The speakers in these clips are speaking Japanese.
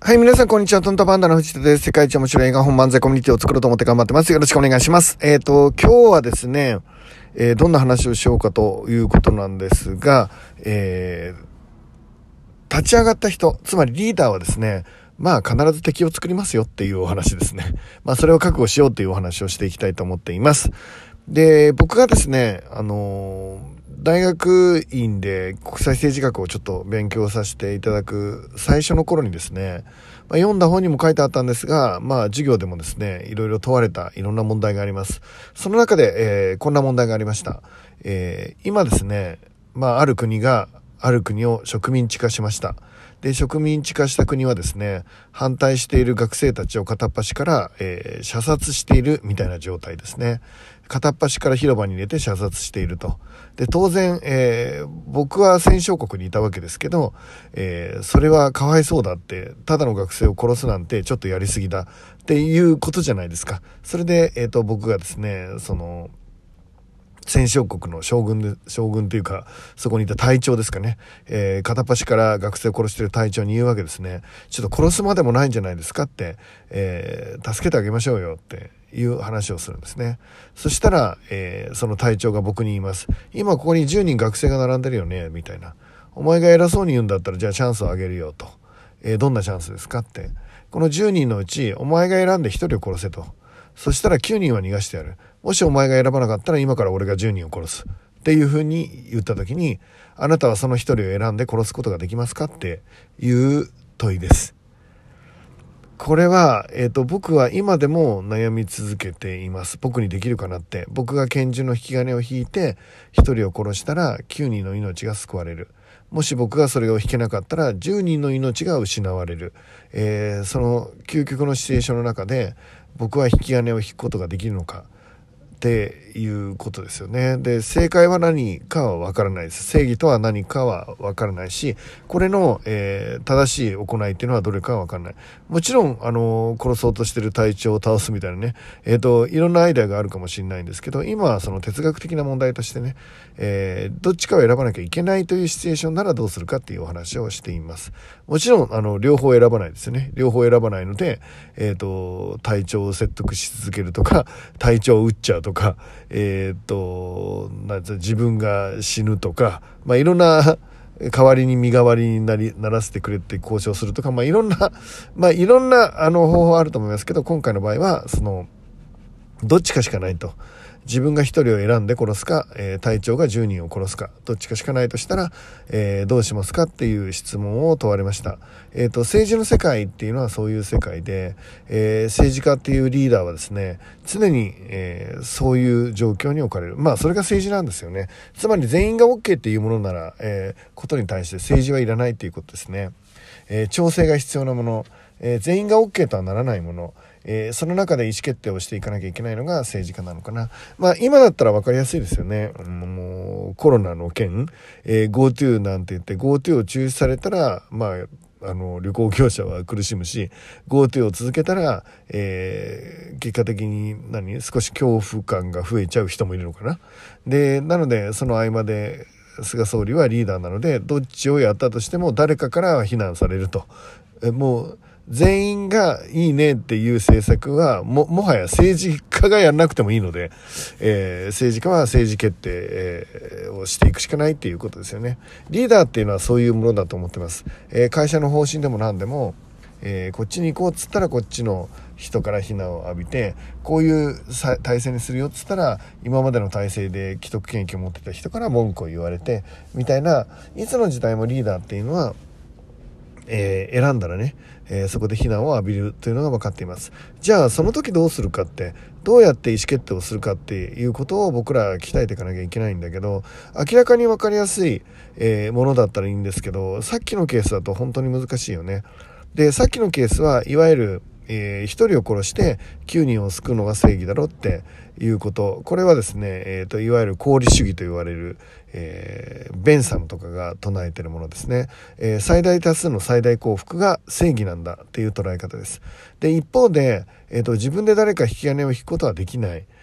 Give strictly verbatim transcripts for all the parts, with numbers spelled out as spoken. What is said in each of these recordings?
はい、皆さん、こんにちは。トントパンダの藤田です。世界一面白い映画本漫才コミュニティを作ろうと思って頑張ってます。よろしくお願いします。えっと、今日はですね、えー、どんな話をしようかということなんですが、えー、立ち上がった人、つまりリーダーはですね、まあ必ず敵を作りますよっていうお話ですね。まあそれを覚悟しようっていうお話をしていきたいと思っています。で、僕がですね、あのー、大学院で国際政治学をちょっと勉強させていただく最初の頃にですね、まあ、読んだ本にも書いてあったんですが、まあ授業でもですね、いろいろ問われたいろんな問題があります。その中で、えー、こんな問題がありました。えー、今ですね、まあある国がある国を植民地化しました。で、植民地化した国はですね、反対している学生たちを片っ端から、えー、射殺しているみたいな状態ですね。片っ端から広場に入れて射殺していると。で、当然、えー、僕は戦勝国にいたわけですけど、えー、それはかわいそうだって、ただの学生を殺すなんてちょっとやりすぎだっていうことじゃないですか。それで、えっと、僕がですね、その、戦勝国の将軍で、将軍というか、そこにいた隊長ですかね。えー、片っ端から学生を殺している隊長に言うわけですね。ちょっと殺すまでもないんじゃないですかって、えー、助けてあげましょうよっていう話をするんですね。そしたら、えー、その隊長が僕に言います。今ここにじゅうにん学生が並んでるよね、みたいな。お前が偉そうに言うんだったら、じゃあチャンスをあげるよと。えー、どんなチャンスですかって。このじゅうにんのうち、お前が選んでひとりを殺せと。そしたらきゅうにんは逃がしてやる。もしお前が選ばなかったら今から俺がじゅうにんを殺す。っていうふうに言った時に、あなたはそのひとりを選んで殺すことができますかっていう問いです。これは、えっと、僕は今でも悩み続けています。僕にできるかなって。僕が拳銃の引き金を引いてひとりを殺したらきゅうにんの命が救われる。もし僕がそれを引けなかったらじゅうにんの命が失われる。えー、その究極のシチュエーションの中で僕は引き金を引くことができるのかっていうことですよね。で、正解は何かは分からないです。正義とは何かは分からないし、これの、えー、正しい行いっていうのはどれかは分からない。もちろん、あのー、殺そうとしてる隊長を倒すみたいなね、えっと、いろんなアイデアがあるかもしれないんですけど、今はその哲学的な問題としてね、えー、どっちかを選ばなきゃいけないというシチュエーションならどうするかっていうお話をしています。もちろん、あの、両方選ばないですよね。両方選ばないので、えっと、隊長を説得し続けるとか、隊長を撃っちゃうとか、えっと、なんつう自分が死ぬとか、まあ、いろんな、代わりに身代わりになり、ならせてくれって交渉するとか、まあ、いろんな、まあ、いろんな、あの、方法あると思いますけど、今回の場合は、その、どっちかしかないと。自分が一人を選んで殺すか、えー、隊長がじゅうにんを殺すか、どっちかしかないとしたら、えー、どうしますかっていう質問を問われました。えっと、政治の世界っていうのはそういう世界で、えー、政治家っていうリーダーはですね、常に、えー、そういう状況に置かれる。まあ、それが政治なんですよね。つまり全員が OK っていうものなら、えー、ことに対して政治はいらないっていうことですね。えー、調整が必要なもの、えー、全員が OK とはならないもの、えー、その中で意思決定をしていかなきゃいけないのが政治家なのかな。まあ今だったら分かりやすいですよね。もうコロナの件、えー、GoTo なんて言って GoTo を中止されたら、まああの旅行業者は苦しむし、 GoTo を続けたら、えー、結果的に何少し恐怖感が増えちゃう人もいるのかな。で、なのでその合間で菅総理はリーダーなので、どっちをやったとしても誰かからは非難されると。えもう全員がいいねっていう政策はも、もはや政治家がやらなくてもいいので、えー、政治家は政治決定、えー、をしていくしかないっていうことですよね。リーダーっていうのはそういうものだと思ってます。えー、会社の方針でも何でも、えー、こっちに行こうっつったらこっちの人から非難を浴びて、こういう体制にするよっつったら今までの体制で既得権益を持ってた人から文句を言われてみたいな、いつの時代もリーダーっていうのはえー、選んだらね、えー、そこで非難を浴びるというのが分かっています。じゃあその時どうするかって、どうやって意思決定をするかっていうことを僕ら鍛えていかなきゃいけないんだけど、明らかに分かりやすい、えー、ものだったらいいんですけど、さっきのケースだと本当に難しいよね。で、さっきのケースはいわゆるえー、ひとりを殺してきゅうにんを救うのが正義だろっていうこと。これはですね、えーと、いわゆる功利主義と言われる、えー、ベンサムとかが唱えているものですね。えー、最大多数の最大幸福が正義なんだっていう捉え方です。で、一方で、えーと、自分で誰か引き金を引くことはできない。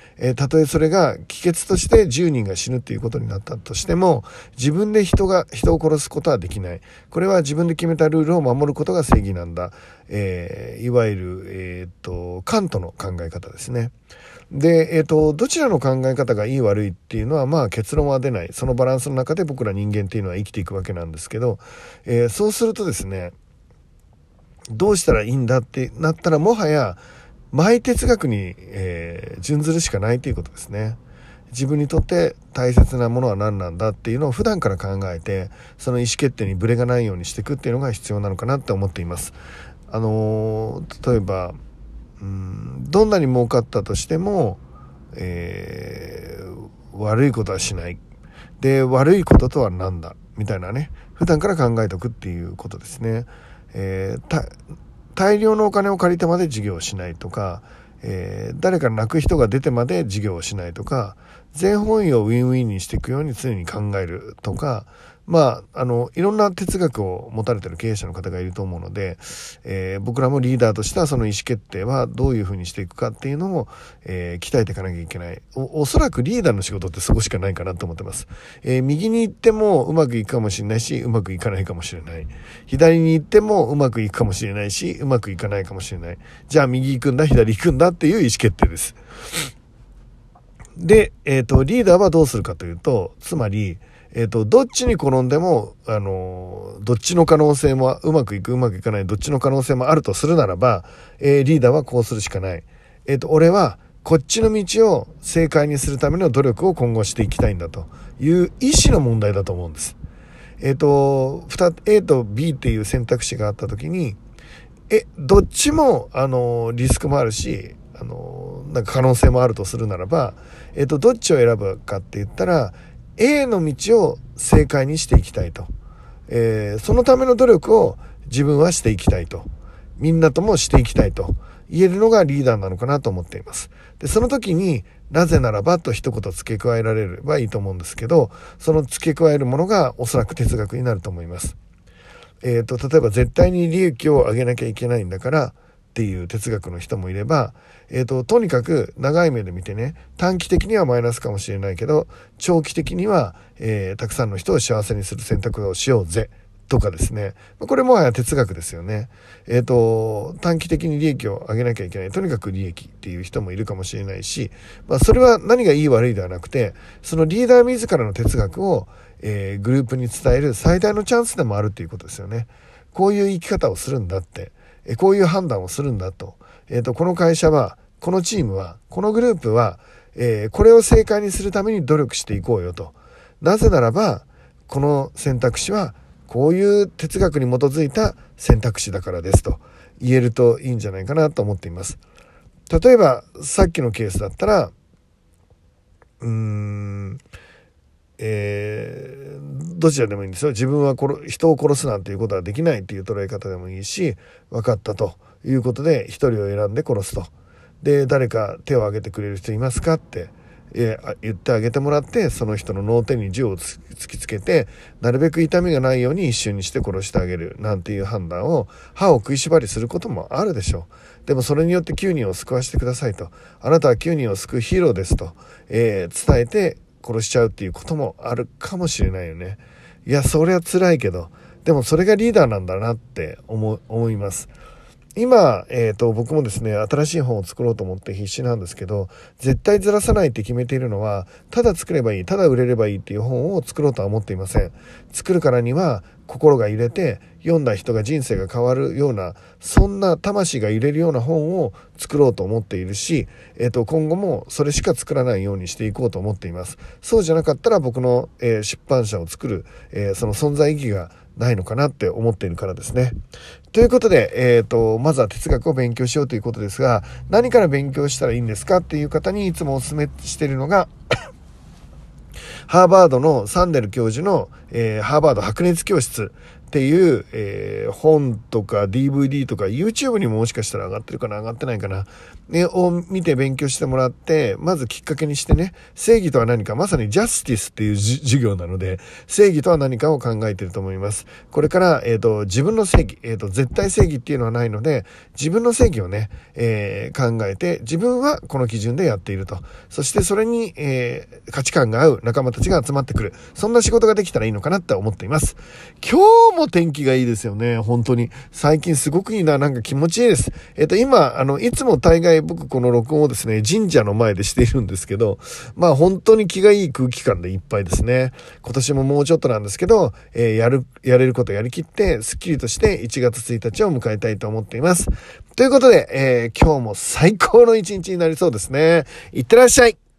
えー、たとえそれが帰結としてじゅうにんが死ぬっていうことになったとしても、自分で人が人を殺すことはできない。これは自分で決めたルールを守ることが正義なんだ。えー、いわゆる、えー、っとカントの考え方ですね。で、えー、とどちらの考え方がいい悪いっていうのはまあ結論は出ない。そのバランスの中で僕ら人間っていうのは生きていくわけなんですけど、えー、そうするとですね、どうしたらいいんだってなったら、もはやマイ哲学に、えー、準ずるしかないということですね。自分にとって大切なものは何なんだっていうのを普段から考えて、その意思決定にブレがないようにしていくっていうのが必要なのかなって思っています。あのー、例えばうん、どんなに儲かったとしても、えー、悪いことはしない。で、悪いこととは何だみたいなね、普段から考えておくっていうことですね。えー、大量のお金を借りてまで事業をしないとか、えー、誰か泣く人が出てまで事業をしないとか、全方位をウィンウィンにしていくように常に考えるとか、まあ、あのいろんな哲学を持たれている経営者の方がいると思うので、えー、僕らもリーダーとしてはその意思決定はどういうふうにしていくかっていうのを、えー、鍛えていかなきゃいけない。 お, おそらくリーダーの仕事ってそこしかないかなと思ってます。えー、右に行ってもうまくいくかもしれないし、うまくいかないかもしれない。左に行ってもうまくいくかもしれないし、うまくいかないかもしれない。じゃあ右行くんだ左行くんだっていう意思決定です。で、えーと、リーダーはどうするかというと、つまりえっと、どっちに転んでも、あの、どっちの可能性もうまくいく、うまくいかない、どっちの可能性もあるとするならば、えー、リーダーはこうするしかない。えっと、俺はこっちの道を正解にするための努力を今後していきたいんだという意思の問題だと思うんです。えっと、A と B っていう選択肢があったときに、え、どっちも、あの、リスクもあるし、あの、なんか可能性もあるとするならば、えっと、どっちを選ぶかって言ったら、A の道を正解にしていきたいと、えー、そのための努力を自分はしていきたいと、みんなともしていきたいと言えるのがリーダーなのかなと思っています。で、その時になぜならばと一言付け加えられればいいと思うんですけど、その付け加えるものがおそらく哲学になると思います。えーと、例えば絶対に利益を上げなきゃいけないんだからっていう哲学の人もいれば、えーと、とにかく長い目で見てね、短期的にはマイナスかもしれないけど、長期的には、えー、たくさんの人を幸せにする選択をしようぜとかですね。これもはや哲学ですよね。えーと、短期的に利益を上げなきゃいけない。とにかく利益っていう人もいるかもしれないし、まあ、それは何がいい悪いではなくて、そのリーダー自らの哲学を、えー、グループに伝える最大のチャンスでもあるっていうことですよね。こういう生き方をするんだって。こういう判断をするんだと、えーと、この会社は、このチームは、このグループは、えー、これを正解にするために努力していこうよと。なぜならば、この選択肢は、こういう哲学に基づいた選択肢だからですと言えるといいんじゃないかなと思っています。例えば、さっきのケースだったら、うーん、えー、どちらでもいいんですよ。自分は殺人を殺すなんていうことはできないっていう捉え方でもいいし、分かったということで一人を選んで殺すと。で、誰か手を挙げてくれる人いますかって、えー、言ってあげてもらって、その人の脳天に銃を突きつけて、なるべく痛みがないように一瞬にして殺してあげるなんていう判断を歯を食いしばりすることもあるでしょう。でもそれによってきゅうにんを救わせてくださいと。あなたはきゅうにんを救うヒーローですと、えー、伝えて、殺しちゃうっていうこともあるかもしれないよね。いや、それは辛いけど、でもそれがリーダーなんだなって思う、思います。今、えーと、僕もですね、新しい本を作ろうと思って必死なんですけど、絶対ずらさないって決めているのは、ただ作ればいい、ただ売れればいいっていう本を作ろうとは思っていません。作るからには、心が揺れて、読んだ人が人生が変わるような、そんな魂が揺れるような本を作ろうと思っているし、えーと、今後もそれしか作らないようにしていこうと思っています。そうじゃなかったら僕の、えー、出版社を作る、えー、その存在意義がないのかなって思っているからですね。ということで、えーと、まずは哲学を勉強しようということですが、何から勉強したらいいんですかっていう方にいつもお勧めしているのが、ハーバードのサンデル教授の、えー、ハーバード白熱教室っっていう、えー、本とか ディーブイディー とか YouTube にももしかしたら上がってるかな上がってないかな、ね、を見て勉強してもらって、まずきっかけにしてね、正義とは何か、まさにジャスティスっていう授業なので、正義とは何かを考えていると思います。これから、えっと、自分の正義、えっと、絶対正義っていうのはないので、自分の正義をね、えー、考えて、自分はこの基準でやっていると。そしてそれに、えー、価値観が合う仲間たちが集まってくる。そんな仕事ができたらいいのかなって思っています。今日も天気がいいですよね。本当に。最近すごくいいな。なんか気持ちいいです。えっと、今、あの、いつも大概僕この録音をですね、神社の前でしているんですけど、まあ本当に気がいい空気感でいっぱいですね。今年ももうちょっとなんですけど、えー、やる、やれることやりきって、スッキリとしていちがつついたちを迎えたいと思っています。ということで、えー、今日も最高の一日になりそうですね。いってらっしゃい。